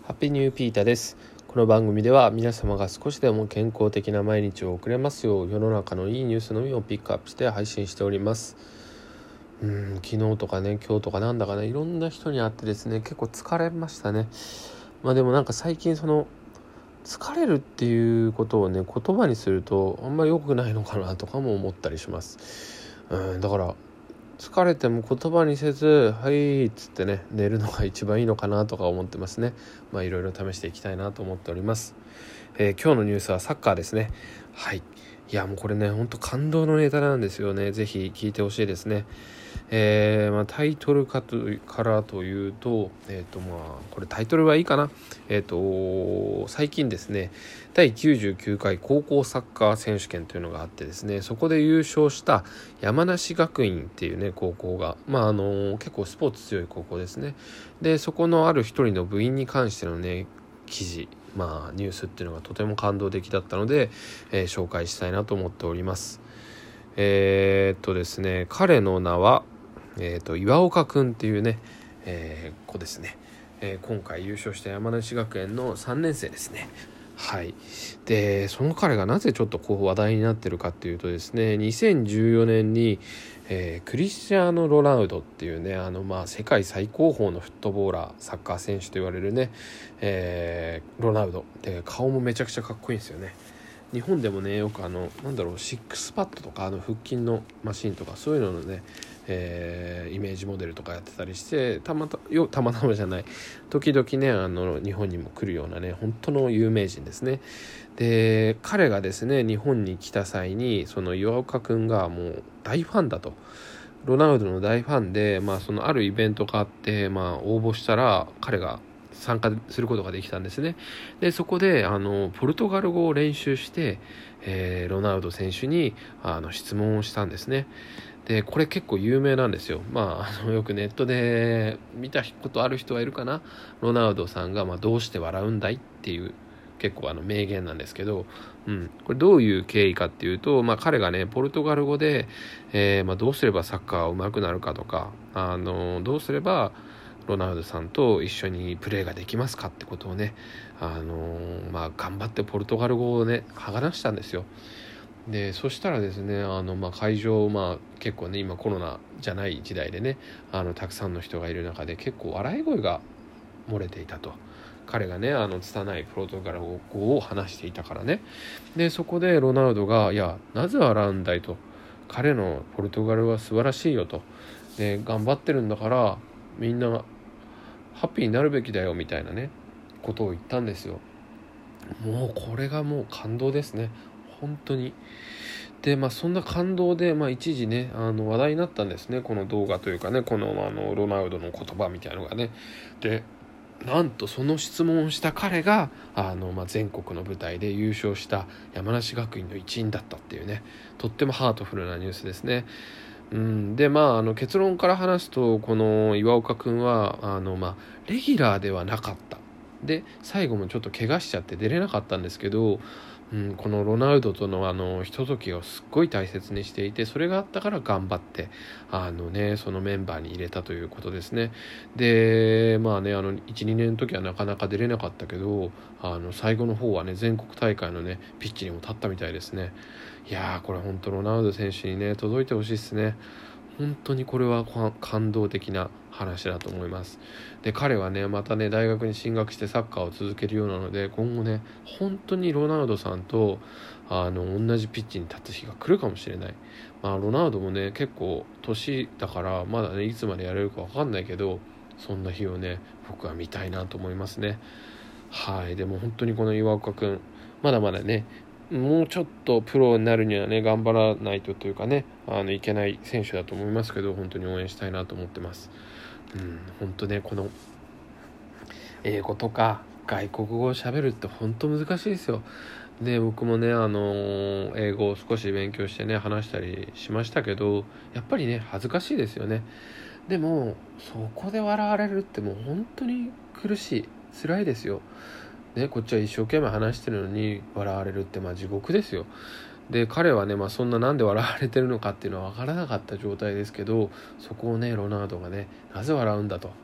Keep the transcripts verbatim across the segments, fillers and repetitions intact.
ハッピーニューピータです。この番組では皆様が少しでも健康的な毎日を送れますよう、世の中のいいニュースのみをピックアップして配信しております。うーん昨日とかね、今日とかなんだかね、いろんな人に会ってですね、結構疲れましたね。まあでもなんか最近その疲れるっていうことをね、言葉にするとあんまり良くないのかなとかも思ったりします。うんだから疲れても言葉にせずはいっつってね、寝るのが一番いいのかなとか思ってますね。まあいろいろ試していきたいなと思っております。えー今日のニュースはサッカーですね。はい、いやもうこれね、ほんと感動のネタなんですよね。ぜひ聞いてほしいですね。えーまあ、タイトルかとからというと、えっ、とまあこれタイトルはいいかな。えっ、と最近ですね、だいきゅうじゅうきゅうかい高校サッカー選手権というのがあってですね、そこで優勝した山梨学院っていうね高校が、まああの結構スポーツ強い高校ですね。でそこのある一人の部員に関してのね記事、まあニュースっていうのがとても感動的だったので、えー紹介したいなと思っております。えー、っとですね彼の名は、えー、っと岩岡くんっていうね、えー子ですね。えー今回優勝した山梨学園のさんねん生ですね。はい。でその彼がなぜちょっとこう話題になってるかっていうとですね、にせんじゅうよねんに、えークリスチャーノ・ロナウドっていうね、あのまあ世界最高峰のフットボーラー、サッカー選手と言われるね、えーロナウドで、顔もめちゃくちゃかっこいいんですよね。日本でもねよくあのなんだろうシックスパッドとかあの腹筋のマシンとかそういうののね、えーイメージモデルとかやってたりして、たまたよたまたまじゃない時々ねあの日本にも来るようなね本当の有名人ですね。で彼がですね日本に来た際にその岩岡くんがもう大ファンだと、ロナウドの大ファンで、まあ、そのあるイベントがあって、まあ、応募したら彼が参加することができたんですね。でそこであのポルトガル語を練習して、えーロナウド選手にあの質問をしたんですね。でこれ結構有名なんですよ。まあ、あのよくネットで見たことある人はいるかな。ロナウドさんが、まあ、どうして笑うんだいっていう結構あの名言なんですけど、うん、これどういう経緯かっていうと、まあ、彼がねポルトガル語で、えーまあ、どうすればサッカー上手くなるかとか、あのどうすればロナウドさんと一緒にプレーができますかってことをね、あのまあ、頑張ってポルトガル語をね話したんですよ。でそしたらですね、あの、まあ、会場、まあ、結構ね今コロナじゃない時代でね、あのたくさんの人がいる中で結構笑い声が漏れていたと。彼がねあの拙いポルトガル語を話していたからね。でそこでロナウドがいやなぜ笑うんだいと、彼のポルトガルは素晴らしいよと、で頑張ってるんだからみんなハッピーになるべきだよみたいなねことを言ったんですよ。もうこれがもう感動ですね、本当に。でまあそんな感動で、まあ、一時ねあの話題になったんですね、この動画というかね、このあのロナウドの言葉みたいなのがね。でなんとその質問をした彼があの、まあ、全国の舞台で優勝した山梨学院の一員だったっていうね、とってもハートフルなニュースですね。うん、でまああの結論から話すと、この岩岡くんはあの、まあ、レギュラーではなかった。で最後もちょっと怪我しちゃって出れなかったんですけど、うん、このロナウドとのあのひとときをすっごい大切にしていて、それがあったから頑張ってあのねそのメンバーに入れたということですね。でまあねあのいちにねんの時はなかなか出れなかったけど、あの最後の方はね全国大会のねピッチにも立ったみたいですね。いやーこれ本当ロナウド選手にね届いてほしいですね。本当にこれは感動的な話だと思います。で彼はねまたね大学に進学してサッカーを続けるようなので、今後ね本当にロナウドさんとあの同じピッチに立つ日が来るかもしれない。まあロナウドもね結構年だからまだねいつまでやれるか分かんないけど、そんな日をね僕は見たいなと思いますね。はい。でも本当にこの岩岡くんまだまだねもうちょっとプロになるにはね頑張らないとというかね、あのいけない選手だと思いますけど、本当に応援したいなと思ってます。うん、本当ねこの英語とか外国語を喋るって本当難しいですよ。で僕もねあの英語を少し勉強してね話したりしましたけど、やっぱりね恥ずかしいですよね。でもそこで笑われるってもう本当に苦しい、辛いですよね。こっちは一生懸命話してるのに笑われるってまあ地獄ですよ。で彼はね、まあ、そんななんで笑われてるのかっていうのは分からなかった状態ですけど、そこをねロナウドがねなぜ笑うんだと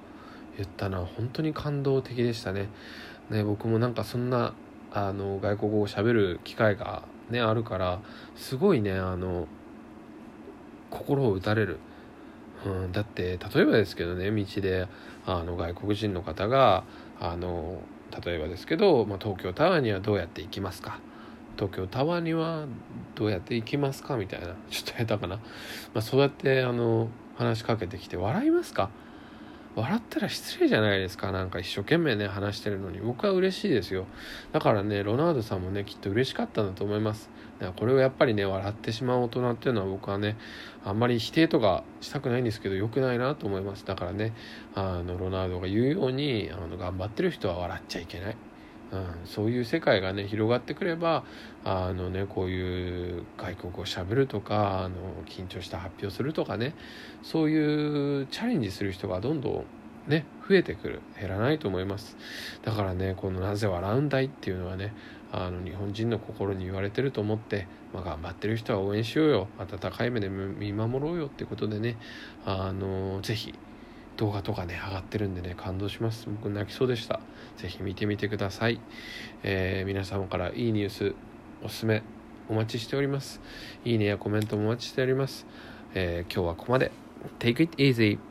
言ったのは本当に感動的でしたね。ね、僕もなんかそんなあの外国語を喋る機会がねあるからすごいねあの心を打たれる、うん、だって例えばですけどね、道であの外国人の方があの例えばですけど、まあ、東京タワーにはどうやって行きますか、東京タワーにはどうやって行きますかみたいな、ちょっと下手かな、まあ、そうやってあの話しかけてきて笑いますか。笑ったら失礼じゃないですか。なんか一生懸命ね話してるのに。僕は嬉しいですよ。だからねロナウドさんもねきっと嬉しかったんだと思います。だからこれをやっぱりね笑ってしまう大人っていうのは僕はねあんまり否定とかしたくないんですけど良くないなと思います。だからねあのロナウドが言うようにあの頑張ってる人は笑っちゃいけない、うん、そういう世界がね広がってくればあのねこういう外国語をしゃべるとかあの緊張した発表するとかね、そういうチャレンジする人がどんどんね増えてくる、減らないと思います。だからねこのなぜ笑うんだいっていうのはねあの日本人の心に言われてると思って、まあ、頑張ってる人は応援しようよ、温かい目で見守ろうよってことでねあのぜひ動画とかね上がってるんでね感動します。僕泣きそうでした。ぜひ見てみてください。えー、皆様からいいニュースおすすめお待ちしております。いいねやコメントもお待ちしております。えー、今日はここまで。 Take it easy.